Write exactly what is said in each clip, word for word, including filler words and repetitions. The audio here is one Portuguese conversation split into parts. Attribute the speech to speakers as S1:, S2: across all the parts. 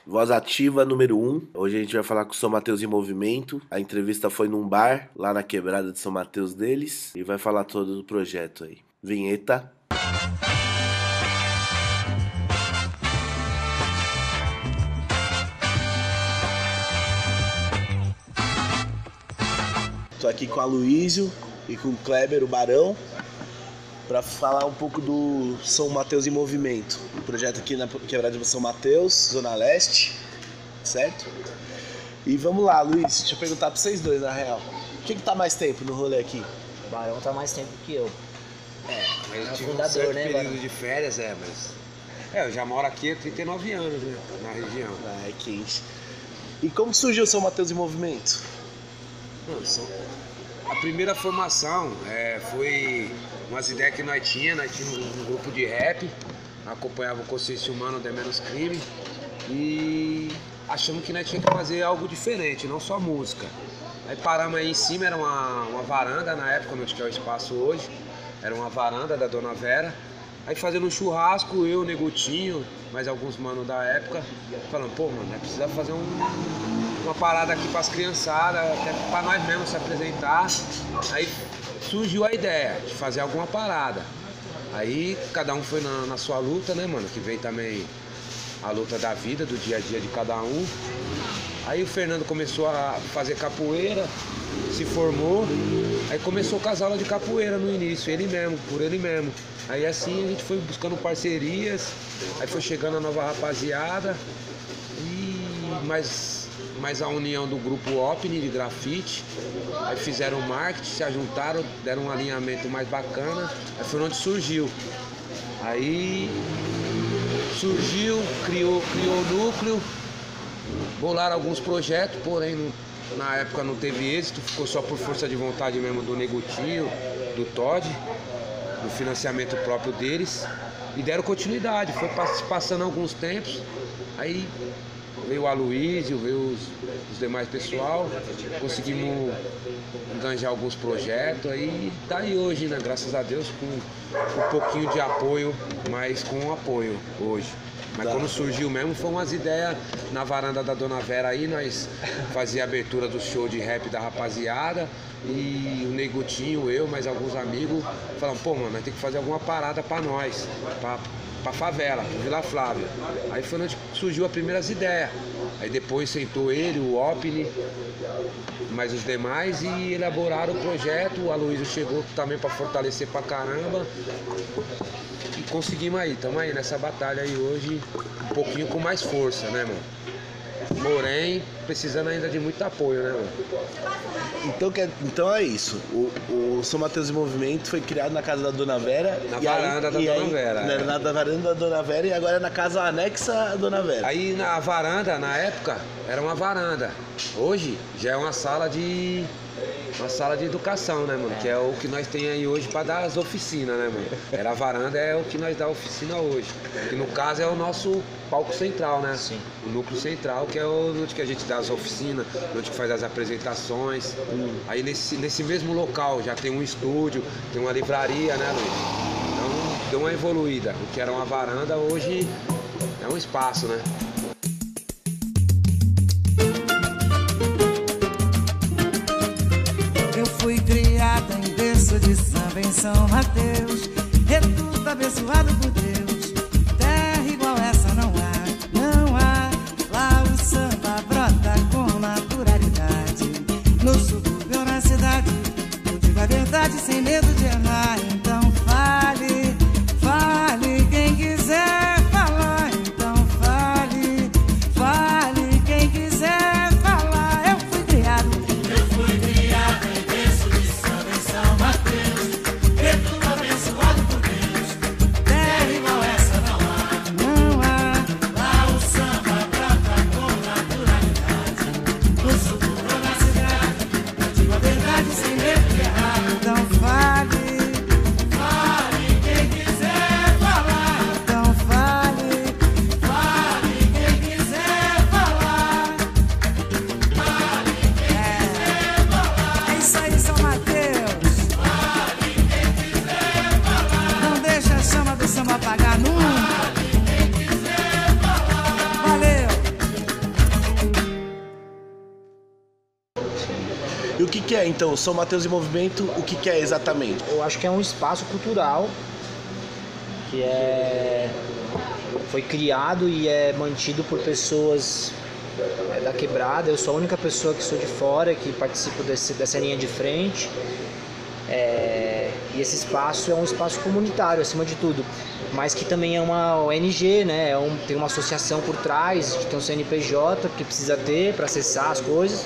S1: Voz Ativa número um. Hoje a gente vai falar com o São Mateus em Movimento. A entrevista foi num bar, lá na quebrada de São Mateus deles. E vai falar todo do projeto aí. Vinheta. Tô aqui com a Aloysio e com o Kleber, o Barão, para falar um pouco do São Mateus em Movimento, um projeto aqui na quebrada de São Mateus, Zona Leste, certo? E vamos lá, Luiz, deixa eu perguntar para vocês dois, na real. Quem que tá mais tempo no rolê aqui?
S2: O Barão tá mais tempo que eu.
S3: É, mas eu
S2: É
S3: tive um
S2: fundador,
S3: certo
S2: né,
S3: período
S2: Barão?
S3: de férias, é, mas... É, eu já moro aqui há trinta e nove anos, né, na região.
S1: Ah, é quente. E como surgiu o São Mateus em Movimento?
S3: Não, são... A primeira formação é, foi umas ideias que nós tínhamos, nós tínhamos um grupo de rap, acompanhava o Consciência Humana, o De Menos Crime, e achamos que nós tínhamos que fazer algo diferente, não só música. Aí paramos aí em cima, era uma, uma varanda na época, onde que é o espaço hoje, era uma varanda da Dona Vera. Aí fazendo um churrasco, eu, Negutinho, mais alguns manos da época, falando, pô, mano, nós precisamos fazer um, uma parada aqui pras criançadas, até pra nós mesmos se apresentar. Aí surgiu a ideia de fazer alguma parada. Aí cada um foi na, na sua luta, né, mano, que veio também a luta da vida, do dia a dia de cada um. Aí o Fernando começou a fazer capoeira, se formou, aí começou com as aulas de capoeira no início, ele mesmo, por ele mesmo. Aí assim a gente foi buscando parcerias, aí foi chegando a nova rapaziada, e mais, mais a união do grupo Opni de grafite, aí fizeram o marketing, se ajuntaram, deram um alinhamento mais bacana, aí foi onde surgiu. Aí surgiu, criou, criou o núcleo, bolaram alguns projetos, porém não, na época não teve êxito, ficou só por força de vontade mesmo do Negutinho, do Todd, do financiamento próprio deles, e deram continuidade. Foi passando alguns tempos, aí veio o Aloysio, veio os, os demais pessoal, conseguimos enganjar alguns projetos, aí tá aí hoje, né, graças a Deus, com um pouquinho de apoio, mas com apoio hoje. Mas quando surgiu mesmo, foi umas ideias na varanda da Dona Vera aí, nós fazia a abertura do show de rap da rapaziada, e o Negutinho, eu, mais alguns amigos, falamos, pô, mano, nós temos que fazer alguma parada pra nós, pra, pra favela, pro Vila Flávia. Aí foi onde surgiu as primeiras ideias. Aí depois sentou ele, o Opni, mais os demais, e elaboraram o projeto. O Aloysio chegou também pra fortalecer pra caramba. E conseguimos aí, estamos aí nessa batalha aí hoje, um pouquinho com mais força, né, mano? Porém, precisando ainda de muito apoio, né, mano?
S1: Então, quer- então é isso. O, o São Mateus em Movimento foi criado na casa da Dona Vera.
S3: Na
S1: e aí-
S3: varanda da
S1: e
S3: Dona
S1: aí-
S3: Vera,
S1: Na,
S3: é.
S1: na da varanda da Dona Vera, e agora é na casa anexa à Dona Vera.
S3: Aí na varanda, na época, era uma varanda. Hoje já é uma sala de. Uma sala de educação, né, mano? Que é o que nós tem aí hoje pra dar as oficinas, né, mano? Era a varanda, é o que nós dá oficina hoje. Que no caso é o nosso palco central, né?
S2: Sim.
S3: O núcleo central, que é o onde que a gente dá as oficinas, onde que faz as apresentações. Hum. Aí nesse, nesse mesmo local já tem um estúdio, tem uma livraria, né, Luiz? Então deu uma evoluída. O que era uma varanda hoje é um espaço, né?
S4: Eu fui criada em berço de samba em São Mateus, reduto abençoado por Deus. Terra igual essa não há, não há. Lá o samba brota com naturalidade. No subúrbio ou na cidade, eu digo a verdade sem medo de errar. Então fale, fale quem quiser falar. Então fale, fale quem quiser falar. Eu fui criado. Eu fui criado em berço de samba em São Mateus, reduto abençoado
S1: E o que que é, então, São Mateus em Movimento, o que que é exatamente?
S2: Eu acho que é um espaço cultural que é, foi criado e é mantido por pessoas da quebrada. Eu sou a única pessoa que sou de fora, que participo desse, dessa linha de frente. É, e esse espaço é um espaço comunitário, acima de tudo, mas que também é uma O N G, né? É um, tem uma associação por trás, que tem um C N P J que precisa ter para acessar as coisas.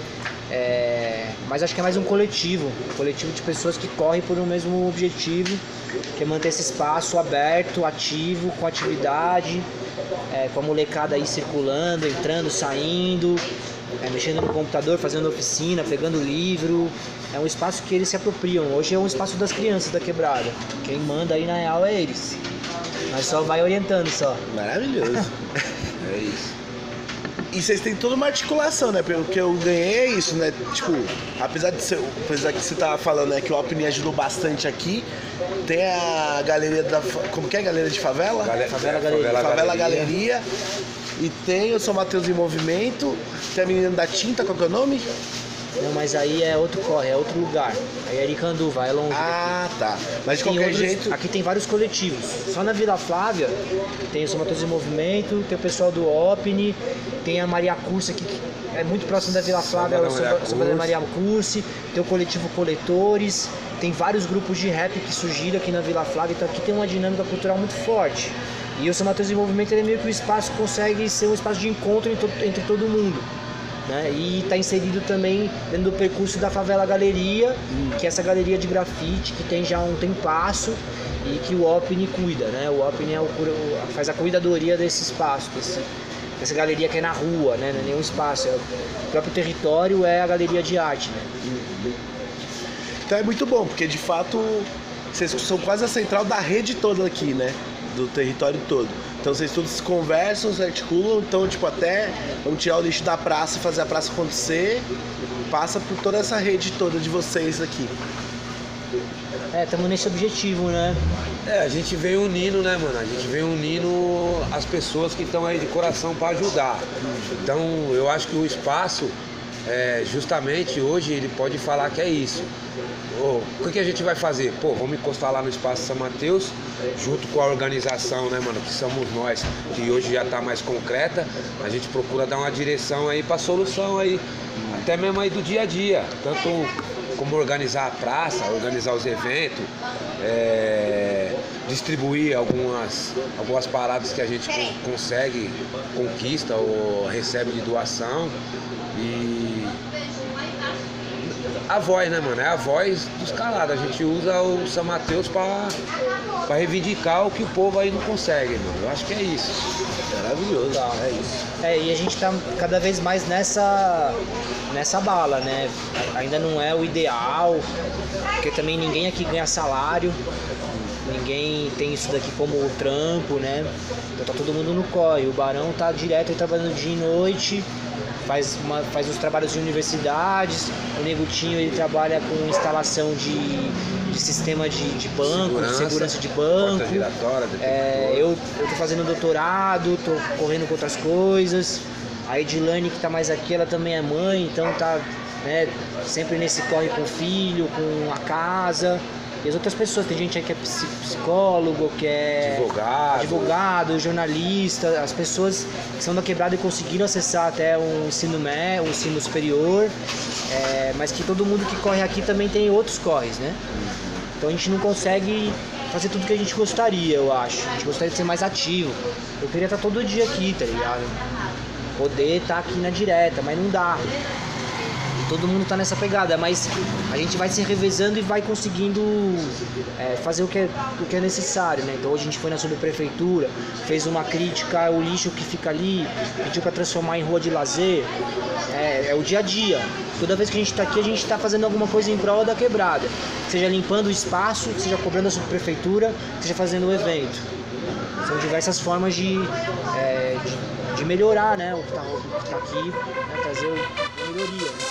S2: É, mas acho que é mais um coletivo, um coletivo de pessoas que correm por um mesmo objetivo, que é manter esse espaço aberto, ativo, com atividade, é, com a molecada aí circulando, entrando, saindo, é, mexendo no computador, fazendo oficina, pegando livro. É um espaço que eles se apropriam. Hoje é um espaço das crianças da quebrada. Quem manda aí na real é eles. Mas só vai orientando só.
S1: Maravilhoso.
S3: É isso.
S1: E vocês têm toda uma articulação, né? Pelo que eu ganhei é isso, né? Tipo, apesar de ser, apesar que você tava falando, né, que o Opni ajudou bastante aqui, tem a galeria da... Como que é a galeria de favela?
S3: Gale-
S2: Favela
S3: é,
S2: Galeria.
S3: Favela,
S1: Favela
S3: Galeria.
S1: Galeria. E tem o São Mateus em Movimento, tem a menina da tinta, qual que é o nome?
S2: Não, mas aí é outro corre, é outro lugar. Aí é Aricanduva, é longe.
S1: Ah, tá. Mas de
S2: Tem
S1: qualquer
S2: outros-
S1: jeito...
S2: Aqui tem vários coletivos. Só na Vila Flávia tem o São Mateus em Movimento, tem o pessoal do Opni, tem a Maria Cursi aqui, que é muito próximo da Vila Flávia,
S3: Samba
S2: o
S3: da
S2: Samba
S3: Maria
S2: Samba da
S3: Cursi.
S2: Maria Cursi, tem o coletivo Coletores, tem vários grupos de rap que surgiram aqui na Vila Flávia, então aqui tem uma dinâmica cultural muito forte. E o São Mateus em Movimento, ele é meio que o espaço que consegue ser um espaço de encontro entre, to- entre todo mundo. Né? E está inserido também dentro do percurso da Favela Galeria, que é essa galeria de grafite que tem já um tempasso e que o Opni cuida, né? O Opni é o, cura- faz a cuidadoria desse espaço, desse, dessa galeria que é na rua, né? Não é nenhum espaço, é o próprio território é a galeria de arte, né?
S1: Então é muito bom, porque de fato vocês são quase a central da rede toda aqui, né? Do território todo. Então vocês todos conversam, se articulam, então tipo até vamos tirar o lixo da praça e fazer a praça acontecer, passa por toda essa rede toda de vocês aqui.
S2: É, estamos nesse objetivo, né?
S3: É, a gente vem unindo, né, mano? A gente vem unindo as pessoas que estão aí de coração para ajudar. Então, eu acho que o espaço, é, justamente hoje, ele pode falar que é isso. Ô, o que, que a gente vai fazer? Pô, vamos encostar lá no Espaço São Mateus, junto com a organização, né, mano, que somos nós, que hoje já tá mais concreta. A gente procura dar uma direção aí pra solução aí, até mesmo aí do dia a dia. Tanto como organizar a praça, organizar os eventos, é, distribuir algumas, algumas paradas que a gente con- consegue, conquista ou recebe de doação. E a voz, né, mano? É a voz dos calados. A gente usa o São Mateus pra, pra reivindicar o que o povo aí não consegue, mano. Eu acho que é isso.
S1: Maravilhoso. É isso.
S2: É, e a gente tá cada vez mais nessa, nessa bala, né? Ainda não é o ideal, porque também ninguém aqui ganha salário, ninguém tem isso daqui como trampo, né? Então tá todo mundo no corre. O Barão tá direto aí trabalhando dia e noite, faz, uma, faz os trabalhos de universidades, o Negutinho ele trabalha com instalação de, de sistema de, de banco,
S3: Segurança,
S2: de segurança de banco.
S3: porta giratória,
S2: É, eu, eu tô fazendo doutorado, tô correndo com outras coisas. A Edilane que tá mais aqui, ela também é mãe, então tá, né, sempre nesse corre com o filho, com a casa. E as outras pessoas, tem gente aí que é psi- psicólogo, que é
S3: Advogado.
S2: advogado, jornalista, as pessoas que são da quebrada e conseguiram acessar até um ensino médio, um ensino superior, é, mas que todo mundo que corre aqui também tem outros corres, né? Então a gente não consegue fazer tudo que a gente gostaria, eu acho. A gente gostaria de ser mais ativo. Eu queria estar todo dia aqui, tá ligado? Poder estar aqui na direta, mas não dá. E todo mundo tá nessa pegada, mas a gente vai se revezando e vai conseguindo é, fazer o que, é, o que é necessário, né? Então hoje a gente foi na subprefeitura, fez uma crítica ao lixo que fica ali, pediu para transformar em rua de lazer. É, é o dia a dia. Toda vez que a gente tá aqui, a gente tá fazendo alguma coisa em prol da quebrada. Seja limpando o espaço, seja cobrando a subprefeitura, seja fazendo o evento. São diversas formas de, é, de, de melhorar, né, o que tá, o que tá aqui, né, trazer o- melhoria. Né?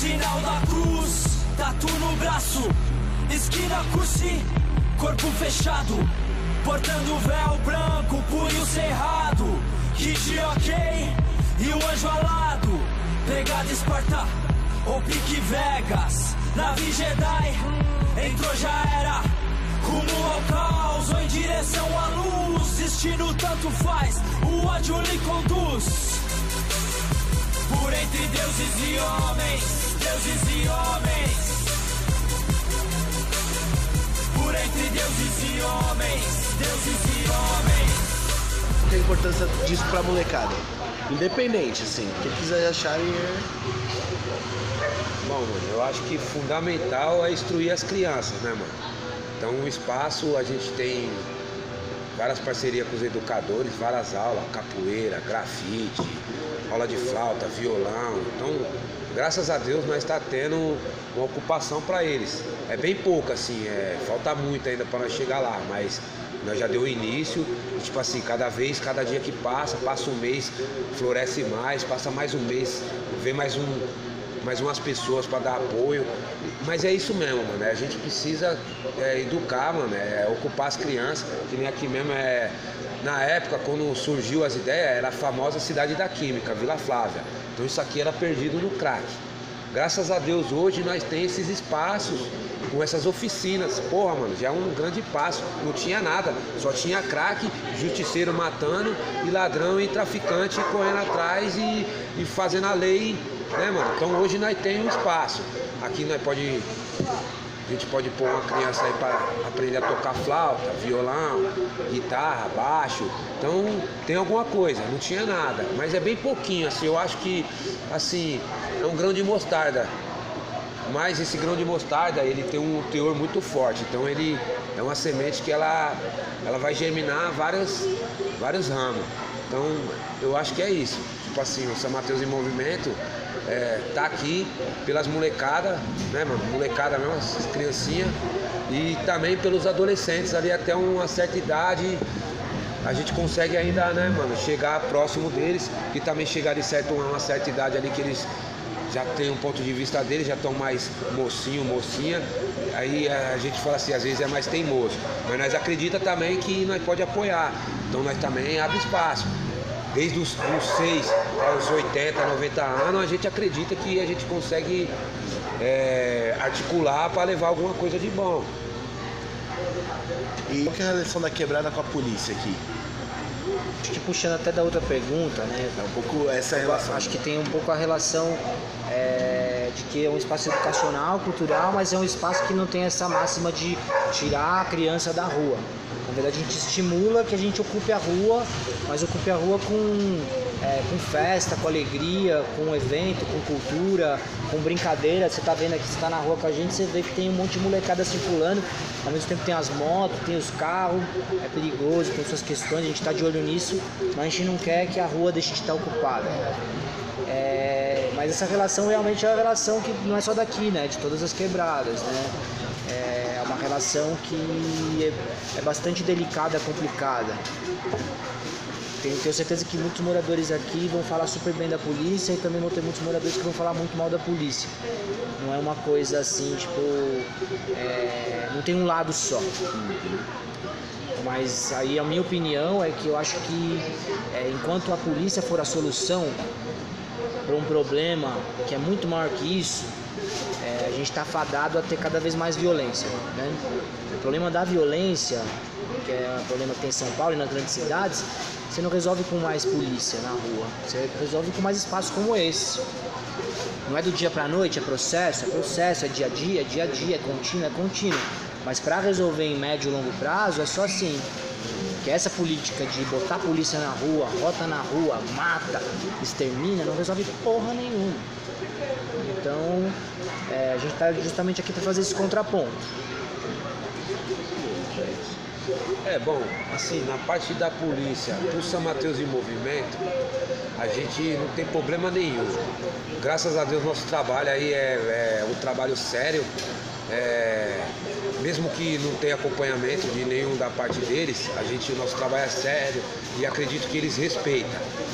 S5: sinal da cruz, tatu no braço, esquina cursi, corpo fechado, portando véu branco, punho cerrado, kit ok, e o anjo alado, pegada Esparta, ou pique Vegas, nave Jedi, entrou já era, rumo ao caos, ou em direção à luz, destino tanto faz, o ódio lhe conduz. Por entre deuses e homens, deuses e homens. Por entre deuses e homens, deuses e homens.
S1: Qual que é a importância disso pra molecada? Independente, assim, o que quiser acharem é...
S3: Bom, mano, eu acho que fundamental é instruir as crianças, né, mano? Então, o espaço, a gente tem várias parcerias com os educadores, várias aulas, capoeira, grafite, aula de flauta, violão. Então, graças a Deus, nós está tendo uma ocupação para eles. É bem pouco, assim, é, falta muito ainda para nós chegar lá, mas nós já deu o início. E, tipo assim, cada vez, cada dia que passa, passa um mês, floresce mais, passa mais um mês, vem mais um... mais umas pessoas para dar apoio, mas é isso mesmo, mano, a gente precisa é, educar, mano, é, ocupar as crianças, que nem aqui mesmo é, na época, quando surgiu as ideias, era a famosa Cidade da Química, Vila Flávia, então isso aqui era perdido no crack. Graças a Deus hoje nós temos esses espaços, com essas oficinas, porra, mano, já é um grande passo, não tinha nada, só tinha crack, justiceiro matando, e ladrão e traficante correndo atrás e, e fazendo a lei, né, mano? Então hoje nós temos um espaço. Aqui nós pode, a gente pode pôr uma criança aí para aprender a tocar flauta, violão, guitarra, baixo. Então tem alguma coisa, não tinha nada, mas é bem pouquinho, assim, eu acho que assim, é um grão de mostarda. Mas esse grão de mostarda, ele tem um teor muito forte, então ele é uma semente que ela, ela vai germinar várias, vários ramos. Então eu acho que é isso. Tipo assim, o São Mateus em Movimento é, tá aqui pelas molecadas, né, mano? Molecada mesmo, as criancinhas, e também pelos adolescentes ali até uma certa idade. A gente consegue ainda, né, mano, chegar próximo deles, que também chegar de certo, uma certa idade ali que eles já tem um ponto de vista deles, já estão mais mocinho, mocinha, aí a gente fala assim, às vezes é mais teimoso, mas nós acreditamos também que nós pode apoiar, então nós também abre espaço, desde os, os seis aos oitenta, noventa anos, a gente acredita que a gente consegue é, articular para levar alguma coisa de bom.
S1: E qual que é a relação da quebrada com a polícia aqui?
S2: Acho que puxando até da outra pergunta, né?
S1: É um pouco essa relação.
S2: Acho que tem um pouco a relação é, de que é um espaço educacional, cultural, mas é um espaço que não tem essa máxima de tirar a criança da rua. Na verdade, a gente estimula que a gente ocupe a rua, mas ocupe a rua com, é, com festa, com alegria, com evento, com cultura, com brincadeira. Você tá vendo aqui, você tá na rua com a gente, você vê que tem um monte de molecada circulando. Ao mesmo tempo tem as motos, tem os carros, é perigoso, tem suas questões, a gente tá de olho nisso, mas a gente não quer que a rua deixe de estar ocupada. É, mas essa relação realmente é uma relação que não é só daqui, né? De todas as quebradas, né? É uma relação que é, é bastante delicada, complicada. Tenho, tenho certeza que muitos moradores aqui vão falar super bem da polícia e também vão ter muitos moradores que vão falar muito mal da polícia. Não é uma coisa assim, tipo, é, não tem um lado só. Mas aí a minha opinião é que eu acho que é, enquanto a polícia for a solução para um problema que é muito maior que isso, é, a gente está fadado a ter cada vez mais violência, né? O problema da violência, que é um problema que tem em São Paulo e nas grandes cidades, você não resolve com mais polícia na rua, você resolve com mais espaços como esse. Não é do dia para a noite, é processo, é processo, é dia a dia, é dia a dia, é contínuo, é contínuo. Mas para resolver em médio e longo prazo é só assim. Que essa política de botar a polícia na rua, rota na rua, mata, extermina, não resolve porra nenhuma. Então, é, a gente está justamente aqui para fazer esse contraponto.
S3: É bom, assim, na parte da polícia, pro São Mateus em Movimento, a gente não tem problema nenhum. Graças a Deus nosso trabalho aí é, é um trabalho sério. É, mesmo que não tenha acompanhamento de nenhum da parte deles, a gente, o nosso trabalho é sério e acredito que eles respeitam.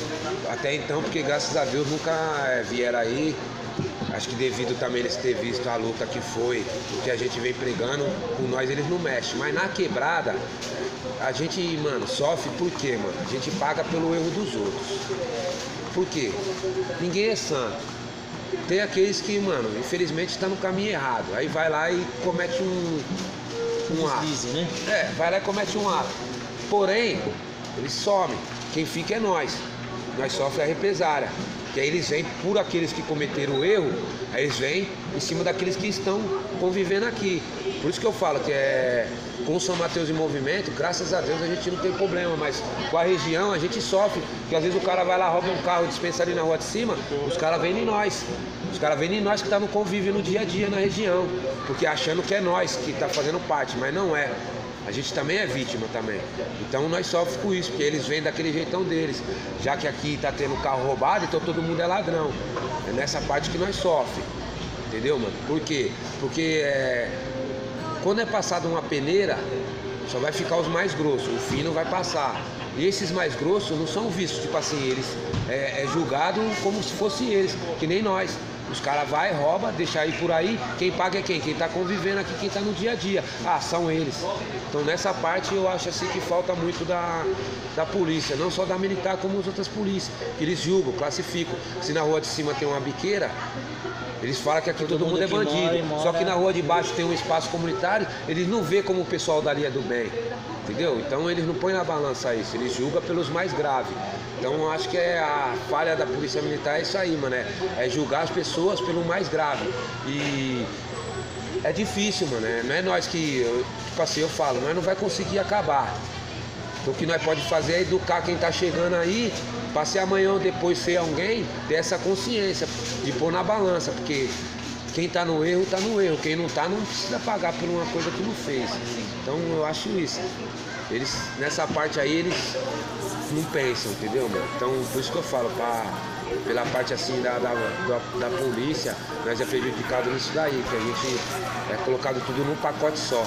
S3: até então, porque graças a Deus nunca é, vieram aí. Acho que devido também eles ter visto a luta que foi, o que a gente vem pregando, com nós eles não mexem. Mas na quebrada, a gente, mano, sofre por quê, mano? A gente paga pelo erro dos outros. Por quê? Ninguém é santo. Tem aqueles que, mano, infelizmente está no caminho errado. Aí vai lá e comete um, um ato.
S2: Deslize, né?
S3: É, vai lá e comete um ato. Porém, eles somem. Quem fica é nós. Nós sofremos a represária. Que aí eles vêm por aqueles que cometeram o erro, aí eles vêm em cima daqueles que estão convivendo aqui. Por isso que eu falo que é com o São Mateus em movimento, graças a Deus a gente não tem problema, mas com a região a gente sofre, porque às vezes o cara vai lá, rouba um carro e dispensa ali na rua de cima, os caras vêm em nós. Os caras vêm em nós que tá no convívio no dia a dia na região, porque achando que é nós que tá fazendo parte, mas não é. A gente também é vítima também. Então nós sofremos com isso, porque eles vêm daquele jeitão deles. Já que aqui tá tendo carro roubado, então todo mundo é ladrão. É nessa parte que nós sofremos. Entendeu, mano? Por quê? Porque é, quando é passada uma peneira, só vai ficar os mais grossos, o fino vai passar. E esses mais grossos não são vistos, tipo assim, eles é, é julgado como se fosse eles, que nem nós. Os caras vai, rouba, deixa aí por aí, quem paga é quem? Quem tá convivendo aqui, quem tá no dia a dia. Ah, são eles. Então nessa parte eu acho assim que falta muito da, da polícia, não só da militar como as outras polícias. Que eles julgam, classificam. Se na rua de cima tem uma biqueira, eles falam que aqui todo, todo mundo, mundo é bandido. Mora, mora... Só que na rua de baixo tem um espaço comunitário, eles não vê como o pessoal dali é do bem. Entendeu? Então eles não põem na balança isso, eles julgam pelos mais graves. Então eu acho que é a falha da polícia militar é isso aí, mano. É, é julgar as pessoas pelo mais grave. E é difícil, mano. É, não é nós que, tipo assim, eu falo, nós não vai conseguir acabar. Então o que nós pode fazer é educar quem tá chegando aí, para se amanhã ou depois ser alguém, ter essa consciência de pôr na balança, porque quem tá no erro, tá no erro. Quem não tá, não precisa pagar por uma coisa que não fez. Então eu acho isso. Eles, nessa parte aí, eles não pensam, entendeu, mano? Então por isso que eu falo, pra, pela parte assim da, da, da, da polícia, nós é prejudicado nisso daí, que a gente é colocado tudo num pacote só.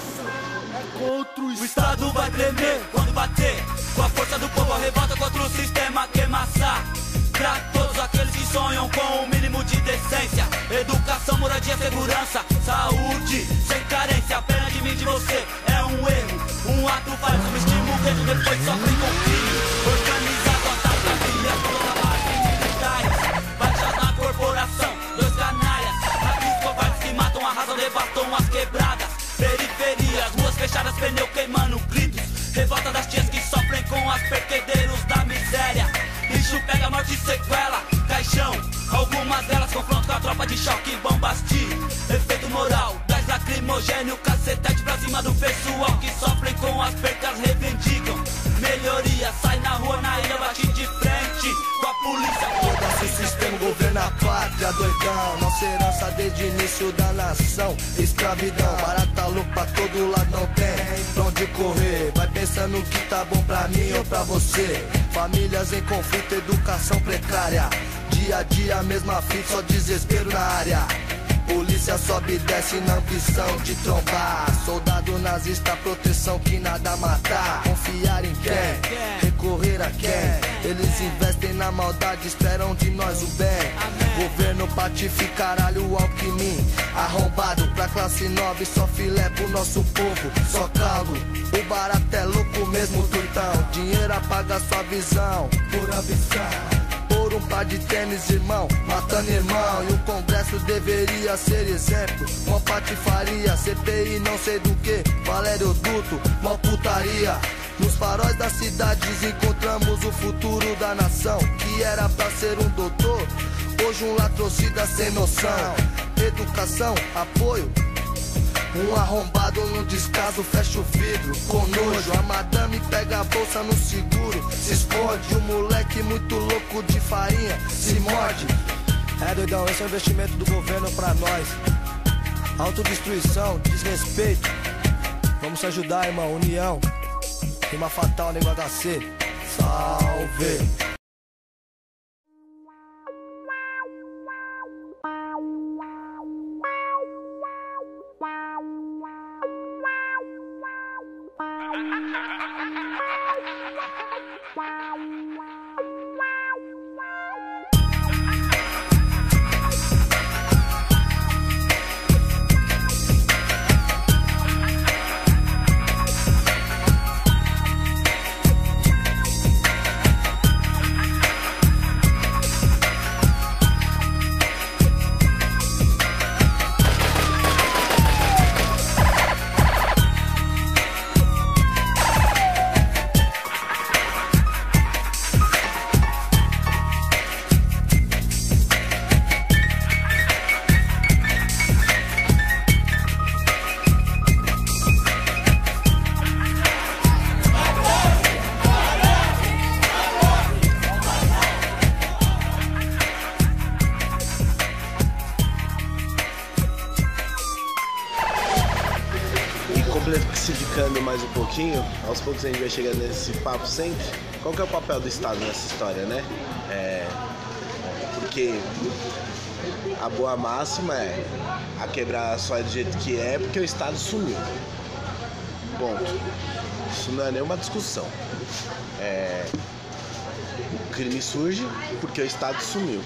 S5: O Estado vai tremer quando bater. Com a força do povo a revolta contra o sistema que massacra todos aqueles que sonham com o mínimo de decência. Educação, moradia, segurança, saúde, sem carência. A pena de mim de você é um erro, um ato falho, subestima o rei, depois sofre com crime. Organizado, ataca a via, toda militares, baixas na corporação, dois canalhas, ratos covardes que matam, arrasam, devastam as quebradas. Periferias, ruas fechadas, pneu queimando, gritos. Revolta das tias que sofrem com as perquedeiros da miséria. Lixo pega, morte e sequela, caixão. Algumas delas confrontam com a tropa de choque, bombas de efeito moral, gás lacrimogênio, cacetete pra cima do pessoal que sofrem com as percas, reivindicam melhoria. Sai na rua, na ilha, bate de frente com a polícia.
S6: Nosso sistema governa a pátria, doidão. Nossa herança desde o início da nação, escravidão. Barata louco pra todo lado não tem pra onde correr. Vai pensando que tá bom pra mim ou pra você. Famílias em conflito, educação precária. Dia a dia, mesma fita, só desespero na área. Polícia sobe e desce na ambição de trombar. Soldado nazista, proteção que nada matar. Confiar em quem? Recorrer a quem? Eles investem na maldade, esperam de nós o bem. Governo patife, caralho, o Alckmin. Arrombado pra classe nove, só filé pro nosso povo. Só caldo, o barato é louco mesmo, turtão. Dinheiro apaga sua visão, por ambição. Por um par de tênis, irmão, matando irmão. E o Congresso deveria ser exemplo. Mó patifaria, C P I não sei do que, Valério Duto, mó putaria. Nos faróis das cidades encontramos o futuro da nação, que era pra ser um doutor, hoje um latrocida sem noção. Educação, apoio, um arrombado no descaso, fecha o vidro com nojo. A madame pega a bolsa no seguro, se esconde. O moleque muito louco de farinha se morde. É, doidão, esse é o investimento do governo pra nós. Autodestruição, desrespeito. Vamos se ajudar, irmão, união. Rima fatal, nego H C. Salve!
S7: Wow, wow, wow, wow.
S1: diversificando mais um pouquinho, aos poucos a gente vai chegando nesse papo sempre. Qual que é o papel do Estado nessa história, né? É, porque a boa máxima é a quebrada só é do jeito que é porque o Estado sumiu. Ponto. Isso não é nenhuma discussão. É, o crime surge porque o Estado sumiu.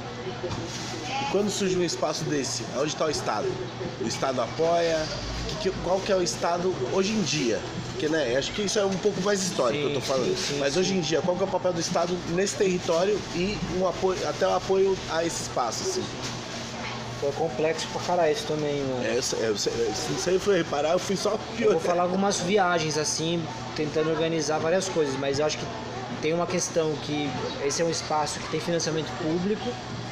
S1: E quando surge um espaço desse, onde está o Estado? O Estado apoia? Que, qual que é o Estado hoje em dia? Porque, né, acho que isso é um pouco mais histórico que eu tô falando. Sim, sim, Mas hoje em dia, qual que é o papel do Estado nesse território e um apoio, até o apoio a esse espaço, assim?
S2: É complexo pra caralho isso também, mano.
S1: É, eu, eu, eu, se você for reparar, eu fui só pior.
S2: Eu vou falar algumas viagens, assim, tentando organizar várias coisas, mas eu acho que tem uma questão que esse é um espaço que tem financiamento público,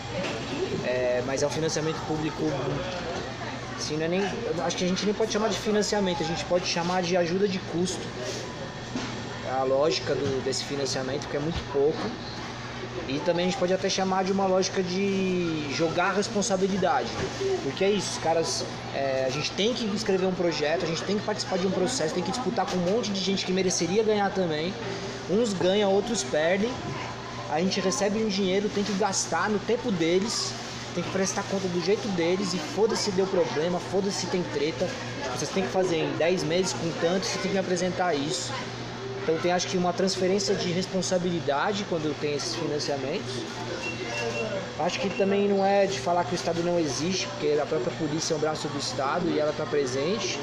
S2: é, mas é um financiamento público, assim, não é nem, eu acho que a gente nem pode chamar de financiamento, a gente pode chamar de ajuda de custo. É a lógica do, desse financiamento, porque é muito pouco. E também a gente pode até chamar de uma lógica de jogar a responsabilidade, porque é isso, os caras, é, a gente tem que escrever um projeto, a gente tem que participar de um processo, tem que disputar com um monte de gente que mereceria ganhar também, uns ganham, outros perdem, a gente recebe um dinheiro, tem que gastar no tempo deles, tem que prestar conta do jeito deles e foda-se deu problema, foda-se se tem treta, vocês têm que fazer em dez meses com tanto, você tem que me apresentar isso. Então tem, acho que, uma transferência de responsabilidade quando tem esses financiamentos. Acho que também não é de falar que o Estado não existe, porque a própria polícia é um braço do Estado e ela está presente.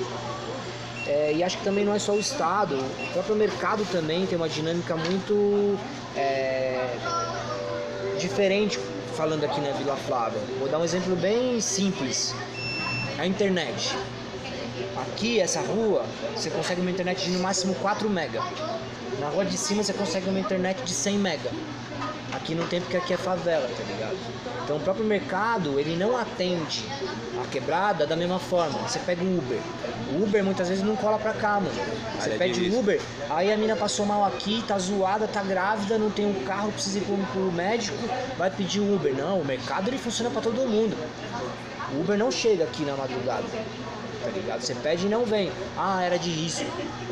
S2: É, e acho que também não é só o Estado, o próprio mercado também tem uma dinâmica muito é, diferente, falando aqui na Vila Flávia. Vou dar um exemplo bem simples, a internet. Aqui, essa rua, você consegue uma internet de no máximo quatro mega. Na rua de cima você consegue uma internet de cem mega. Aqui não tem, porque aqui é favela, tá ligado? Então o próprio mercado, ele não atende a quebrada da mesma forma. Você pega um Uber. O Uber muitas vezes não cola pra cá, mano. Você Olha pede o Uber, aí a mina passou mal aqui, tá zoada, tá grávida, não tem um carro, precisa ir pro, pro médico, vai pedir o Uber. Não, o mercado ele funciona pra todo mundo. O Uber não chega aqui na madrugada. Tá ligado? Você pede e não vem. Ah, era de risco.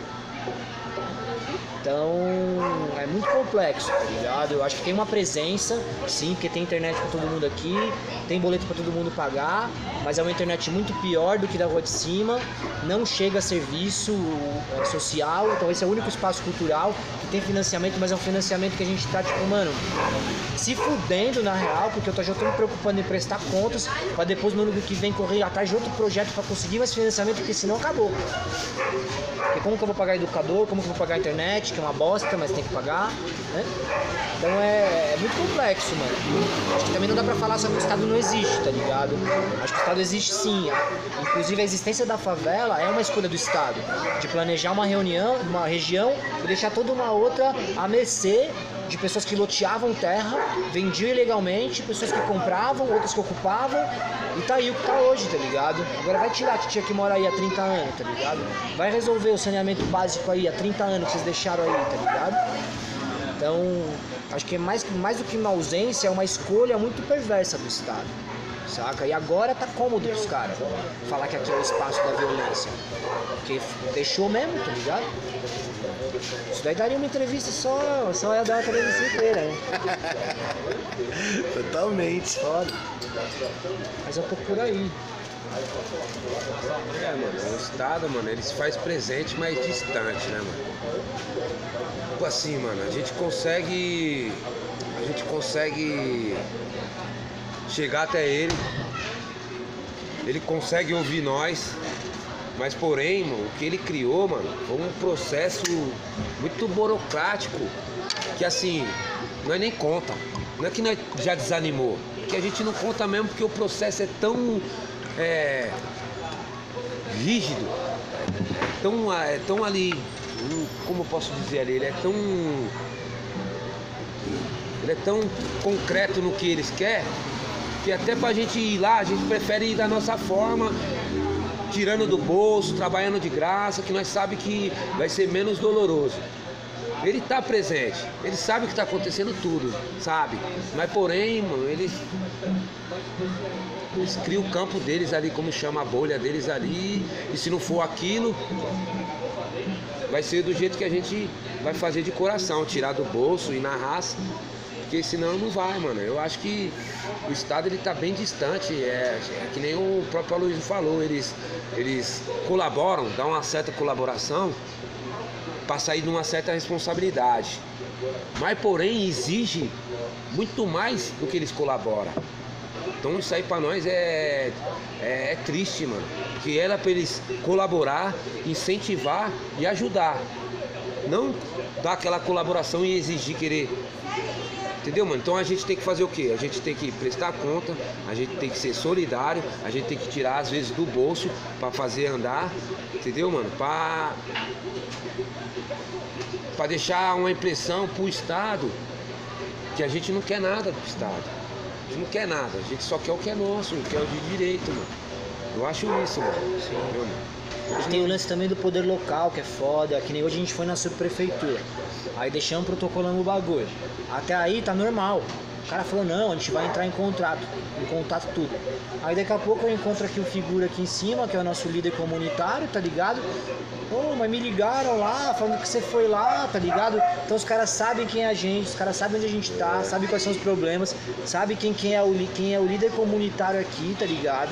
S2: Então é muito complexo, tá ligado? Eu acho que tem uma presença, sim, porque tem internet pra todo mundo aqui, tem boleto pra todo mundo pagar, mas é uma internet muito pior do que da rua de cima, não chega a serviço é, social, então esse é o único espaço cultural que tem financiamento, mas é um financiamento que a gente tá, tipo, mano, se fudendo na real, porque eu já tô me preocupando em prestar contas pra depois no ano que vem correr atrás de outro projeto pra conseguir mais financiamento, porque senão acabou. Porque como que eu vou pagar educador, como que eu vou pagar a internet, que é uma bosta, mas tem que pagar, né? Então é, é muito complexo, mano. Acho que também não dá pra falar só que o Estado não existe, tá ligado? Acho que o Estado existe sim. Inclusive a existência da favela é uma escolha do Estado, de planejar uma reunião, uma região e deixar toda uma outra à mercê de pessoas que loteavam terra, vendiam ilegalmente, pessoas que compravam, outras que ocupavam, e tá aí o que tá hoje, tá ligado? Agora vai tirar a titia que mora aí há trinta anos, tá ligado? Vai resolver o saneamento básico aí há trinta anos que vocês deixaram aí, tá ligado? Então, acho que é mais, mais do que uma ausência, é uma escolha muito perversa do Estado, saca? E agora tá cômodo pros caras falar que aqui é o espaço da violência, porque deixou mesmo, tá ligado? Isso daí daria uma entrevista só, só ia dar a entrevista inteira, né?
S1: Totalmente.
S2: Foda. Mas é um pouco por aí.
S3: É, mano, o Estado, mano, ele se faz presente, mas distante, né, mano? Tipo assim, mano, a gente consegue. A gente consegue chegar até ele. Ele consegue ouvir nós. Mas porém, mano, o que ele criou, mano, foi um processo muito burocrático, que assim, nós nem conta. Não é que nós já desanimou, que a gente não conta mesmo porque o processo é tão é, rígido, é tão, é tão ali, como eu posso dizer ali, ele é tão, ele é tão concreto no que eles querem, que até pra gente ir lá, a gente prefere ir da nossa forma, tirando do bolso, trabalhando de graça, que nós sabemos que vai ser menos doloroso. ele tá presente, ele sabe que tá acontecendo tudo, sabe? Mas porém, mano, eles, eles criam o campo deles ali, como chama a bolha deles ali, e se não for aquilo, vai ser do jeito que a gente vai fazer de coração, tirar do bolso e na raça, porque senão não vai, mano. Eu acho que o Estado ele tá bem distante, é, é que nem o próprio Aloysio falou, eles, eles colaboram, dão uma certa colaboração para sair de uma certa responsabilidade, mas porém exige muito mais do que eles colaboram. Então isso aí para nós é, é, é triste, mano, porque era para eles colaborar, incentivar e ajudar, não dar aquela colaboração e exigir querer. Entendeu, mano? Então a gente tem que fazer o quê? A gente tem que prestar conta, a gente tem que ser solidário, a gente tem que tirar às vezes do bolso para fazer andar, entendeu, mano? Para para deixar uma impressão pro Estado que a gente não quer nada do Estado. A gente não quer nada, a gente só quer o que é nosso, o que é o de direito, mano. Eu acho isso, mano. Entendeu, mano?
S2: Tem o lance também do poder local, que é foda, que nem hoje a gente foi na subprefeitura. Aí deixamos protocolando o bagulho. Até aí tá normal. O cara falou, não, a gente vai entrar em contrato, em contato tudo. Aí daqui a pouco eu encontro aqui o figura aqui em cima, que é o nosso líder comunitário, tá ligado? Pô, mas me ligaram lá, falando que você foi lá, tá ligado? Então os caras sabem quem é a gente, os caras sabem onde a gente tá, sabem quais são os problemas, sabem quem, quem, é, o, quem é o líder comunitário aqui, tá ligado?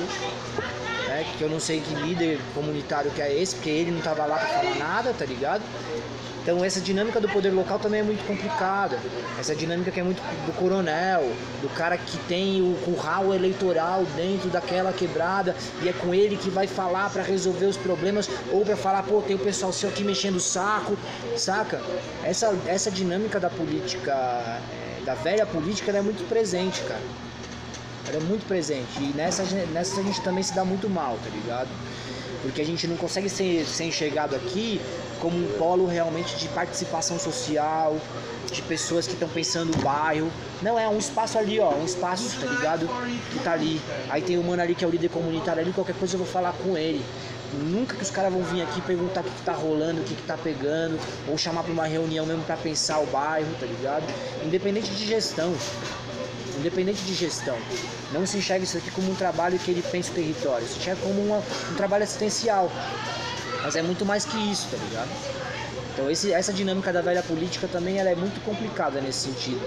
S2: É, que eu não sei que líder comunitário que é esse, porque ele não tava lá pra falar nada, tá ligado? Então essa dinâmica do poder local também é muito complicada. Essa dinâmica que é muito do coronel, do cara que tem o curral eleitoral dentro daquela quebrada e é com ele que vai falar pra resolver os problemas ou pra falar, pô, tem o pessoal seu aqui mexendo o saco, saca? Essa, essa dinâmica da política, é, da velha política, ela é muito presente, cara. Ela é muito presente e nessa, nessa a gente também se dá muito mal, tá ligado? Porque a gente não consegue ser, ser enxergado aqui como um polo realmente de participação social, de pessoas que estão pensando no bairro. Não, é um espaço ali, ó, um espaço, tá ligado? Que tá ali. Aí tem um mano ali que é o líder comunitário ali, qualquer coisa eu vou falar com ele. Nunca que os caras vão vir aqui perguntar o que, que tá rolando, o que, que tá pegando, ou chamar pra uma reunião mesmo pra pensar o bairro, tá ligado? Independente de gestão. Independente de gestão, não se enxerga isso aqui como um trabalho que ele pensa o território, se enxerga como uma, um trabalho assistencial, mas é muito mais que isso, tá ligado? Então esse, essa dinâmica da velha política também ela é muito complicada nesse sentido.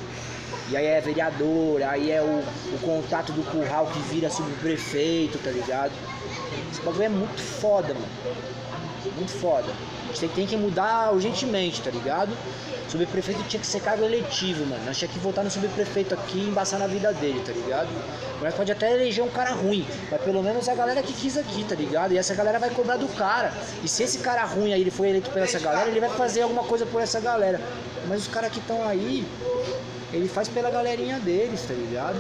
S2: E aí é vereador, aí é o, o contato do curral que vira subprefeito, tá ligado? Esse bagulho é muito foda, mano, muito foda. A gente tem que mudar urgentemente, tá ligado? Subprefeito tinha que ser cargo eletivo, mano. Nós tinha que votar no subprefeito aqui e embaçar na vida dele, tá ligado? Nós pode até eleger um cara ruim, mas pelo menos a galera que quis aqui, tá ligado? E essa galera vai cobrar do cara. E se esse cara ruim aí ele foi eleito por essa galera, ele vai fazer alguma coisa por essa galera. Mas os caras que estão aí, ele faz pela galerinha deles, tá ligado?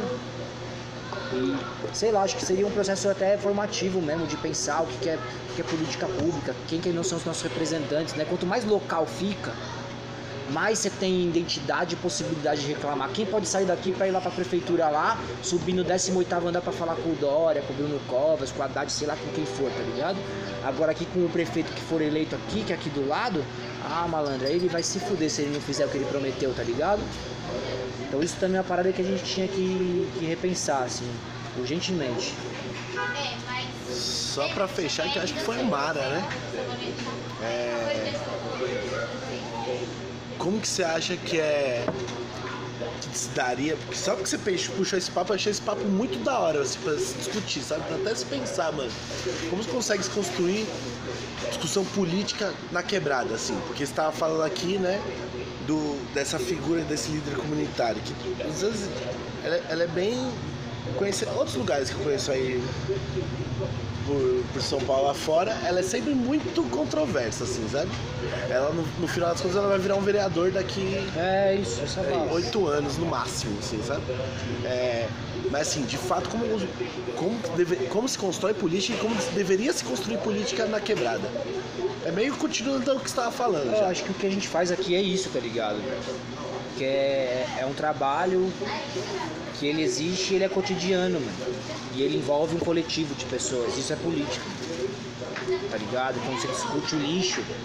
S2: E, sei lá, acho que seria um processo até formativo mesmo, de pensar o que é, o que é política pública, quem que não são os nossos representantes, né? Quanto mais local fica, mais você tem identidade e possibilidade de reclamar. Quem pode sair daqui pra ir lá pra prefeitura lá, subir no décimo oitavo andar pra falar com o Dória, com o Bruno Covas, com o Haddad, sei lá com quem for, tá ligado? Agora aqui com o prefeito que for eleito aqui, que é aqui do lado, ah, malandro, aí ele vai se fuder se ele não fizer o que ele prometeu, tá ligado? Então isso também é uma parada que a gente tinha que, que repensar, assim, urgentemente.
S1: Só pra fechar, que eu acho que foi o Mara, né? É... Como que você acha que é que se daria? Porque só porque você puxou esse papo, eu achei esse papo muito da hora, assim, pra se discutir, sabe? Pra até se pensar, mano. Como você consegue se construir discussão política na quebrada, assim? Porque você tava falando aqui, né, do, dessa figura desse líder comunitário, que às vezes ela, ela é bem conhecida. Outros lugares que eu conheço aí Por, por São Paulo afora, ela é sempre muito controversa, assim, sabe? Ela, no, no final das contas, ela vai virar um vereador daqui...
S2: É isso, essa é
S1: oito anos, no máximo, assim, sabe? É, mas, assim, de fato, como, como, deve, como se constrói política e como deveria se construir política na quebrada. É meio continuando o que você estava falando.
S2: Eu
S1: já.
S2: acho que o que a gente faz aqui é isso, tá ligado? Que é, é um trabalho que ele existe e ele é cotidiano, mano. E ele envolve um coletivo de pessoas, isso é política, tá ligado? Então você discute o lixo que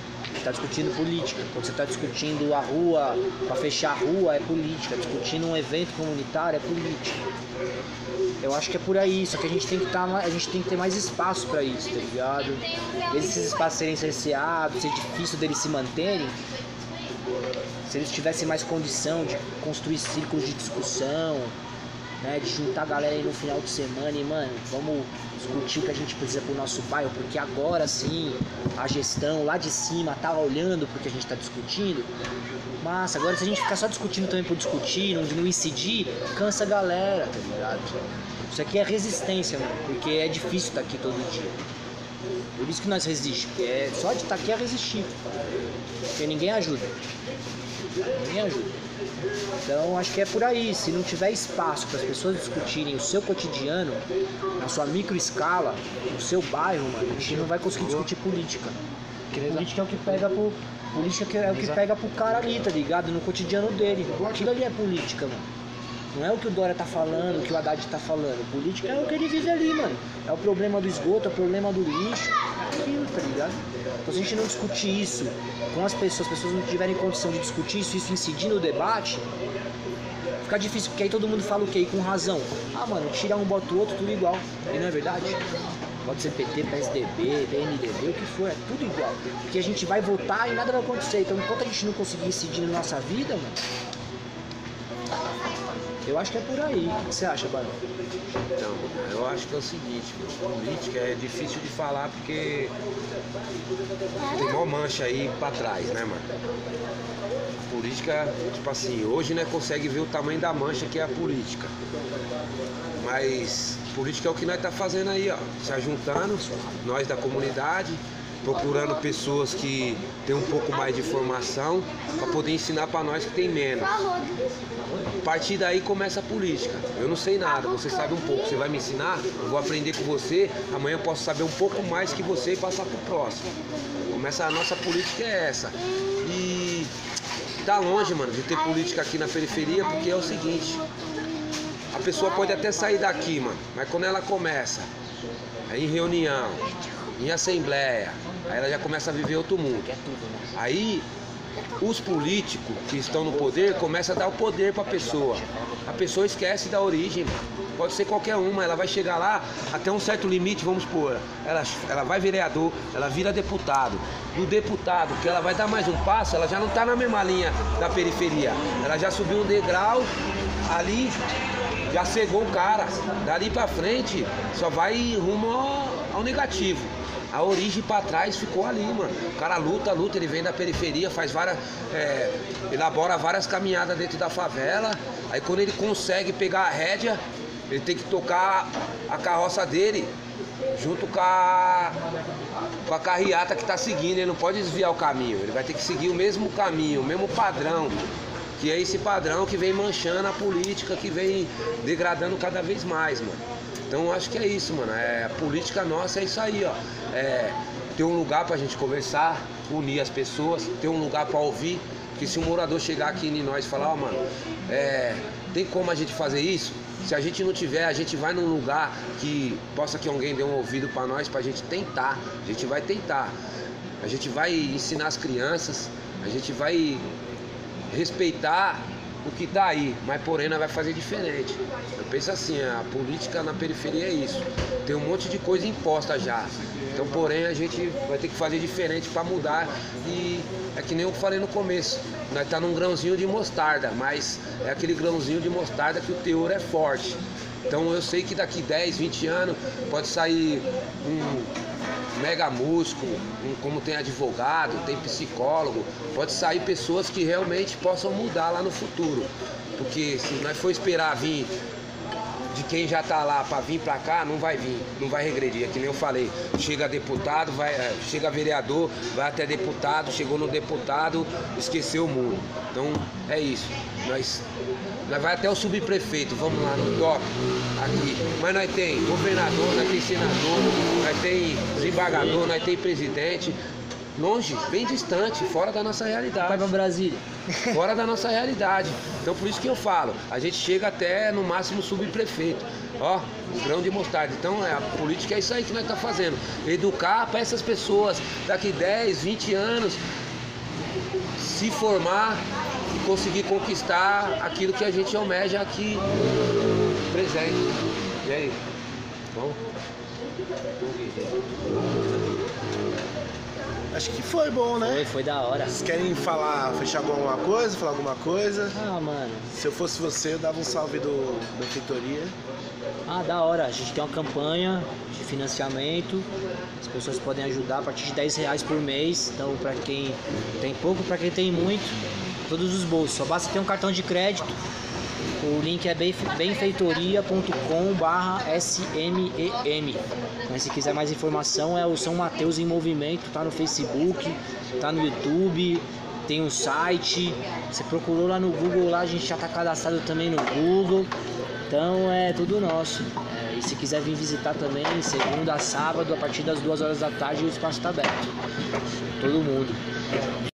S2: está discutindo política. Quando você está discutindo a rua, para fechar a rua, é política. Discutindo um evento comunitário, é política. Eu acho que é por aí, só que a gente tem que, tá, a gente tem que ter mais espaço para isso, tá ligado? Em vez desses espaços serem cerceados, ser difícil deles se manterem, se eles tivessem mais condição de construir círculos de discussão, né, de juntar a galera aí no final de semana e, mano, vamos discutir o que a gente precisa pro nosso bairro, porque agora sim a gestão lá de cima tá olhando pro que a gente tá discutindo. Massa, agora se a gente ficar só discutindo também por discutir, não, não incidir, cansa a galera, tá ligado? Isso aqui é resistência, mano, porque é difícil estar aqui todo dia. Por isso que nós resistimos, porque é, só de estar aqui é resistir, porque ninguém ajuda. Ninguém ajuda. Então acho que é por aí, se não tiver espaço para as pessoas discutirem o seu cotidiano, na sua micro escala, no seu bairro, mano, a gente não vai conseguir discutir política. Porque política é o que pega pro. Política é o que pega pro cara ali, tá ligado? No cotidiano dele. Aquilo ali é política, mano. Não é o que o Dória tá falando, o que o Haddad tá falando. Política é o que ele vive ali, mano. É o problema do esgoto, é o problema do lixo. É aquilo, tá ligado? Então se a gente não discutir isso com as pessoas, as pessoas não tiverem condição de discutir isso, isso incidir no debate, fica difícil, porque aí todo mundo fala o quê? E com razão. Ah, mano, tirar um, bota o outro, tudo igual. E não é verdade? Pode ser P T, P S D B, P M D B, o que for, é tudo igual. Porque a gente vai votar e nada vai acontecer. Então enquanto a gente não conseguir incidir na nossa vida, mano, eu acho que é por aí. O que você acha, Barão?
S3: Então, eu acho que é o seguinte, mano, política é difícil de falar porque tem uma mancha aí pra trás, né, mano? Política, tipo assim, hoje né, consegue ver o tamanho da mancha que é a política. Mas política é o que nós tá fazendo aí, ó, se ajuntando, nós da comunidade, procurando pessoas que têm um pouco mais de formação para poder ensinar para nós que tem menos. A partir daí começa a política. Eu não sei nada, você sabe um pouco, você vai me ensinar, eu vou aprender com você, amanhã eu posso saber um pouco mais que você e passar pro próximo. Começa a nossa política é essa. E tá longe, mano, de ter política aqui na periferia, porque é o seguinte, a pessoa pode até sair daqui, mano, mas quando ela começa aí em reunião, em assembleia, aí ela já começa a viver outro mundo. Aí os políticos que estão no poder começam a dar o poder pra pessoa. A pessoa esquece da origem, mano. Pode ser qualquer uma, ela vai chegar lá até um certo limite, vamos supor, ela, ela vai vereador, ela vira deputado. Do deputado, que ela vai dar mais um passo, ela já não tá na mesma linha da periferia. Ela já subiu um degrau, ali já cegou o cara. Dali pra frente só vai rumo ao, ao negativo. A origem pra trás ficou ali, mano. O cara luta, luta, ele vem da periferia, faz várias. É, elabora várias caminhadas dentro da favela. Aí quando ele consegue pegar a rédea, ele tem que tocar a carroça dele junto com a, com a carreata que tá seguindo. Ele não pode desviar o caminho, ele vai ter que seguir o mesmo caminho, o mesmo padrão. Que é esse padrão que vem manchando a política, que vem degradando cada vez mais, mano. Então eu acho que é isso, mano. É, a política nossa é isso aí, ó. É ter um lugar pra gente conversar, unir as pessoas, ter um lugar pra ouvir. Porque se um morador chegar aqui em nós e falar, ó, mano, é, tem como a gente fazer isso? Se a gente não tiver, a gente vai num lugar que possa que alguém dê um ouvido pra nós, pra gente tentar. A gente vai tentar. A gente vai ensinar as crianças, a gente vai respeitar o que tá aí, mas porém nós vai fazer diferente. Eu penso assim, a política na periferia é isso. Tem um monte de coisa imposta já. Então, porém, a gente vai ter que fazer diferente para mudar. E é que nem eu falei no começo, nós tá num grãozinho de mostarda, mas é aquele grãozinho de mostarda que o teor é forte. Então eu sei que daqui dez, vinte anos pode sair um mega músico, um, como tem advogado, tem psicólogo, pode sair pessoas que realmente possam mudar lá no futuro. Porque se nós for esperar vir de quem já tá lá para vir para cá, não vai vir, não vai regredir. É que nem eu falei, chega deputado, vai, chega vereador, vai até deputado, chegou no deputado, esqueceu o mundo. Então é isso. Nós, nós vai até o subprefeito, vamos lá no top, aqui. Mas nós tem governador, nós tem senador, nós tem desembargador, nós tem presidente. Longe, bem distante, fora da nossa realidade.
S2: Vai pra Brasília.
S3: Fora da nossa realidade. Então por isso que eu falo, a gente chega até no máximo subprefeito. Ó, um grão de mostarda. Então é, a política é isso aí que nós estamos fazendo. Educar para essas pessoas daqui dez, vinte anos se formar e conseguir conquistar aquilo que a gente almeja aqui presente. E aí? Bom?
S1: Acho que foi bom, né?
S2: Foi, foi da hora.
S1: Vocês querem falar, fechar alguma coisa, falar alguma coisa?
S2: Ah, mano.
S1: Se eu fosse você, eu dava um salve do benfeitoria.
S2: Ah, da hora. A gente tem uma campanha de financiamento. As pessoas podem ajudar a partir de dez reais por mês. Então, pra quem tem pouco, pra quem tem muito, todos os bolsos. Só basta ter um cartão de crédito. O link é benfeitoria ponto com barra S M E M. Mas se quiser mais informação, é o São Mateus em Movimento. Tá no Facebook, tá no YouTube, tem um site. Você procurou lá no Google, lá a gente já tá cadastrado também no Google. Então é tudo nosso. É, e se quiser vir visitar também, segunda a sábado, a partir das duas horas da tarde, o espaço tá aberto. Todo mundo.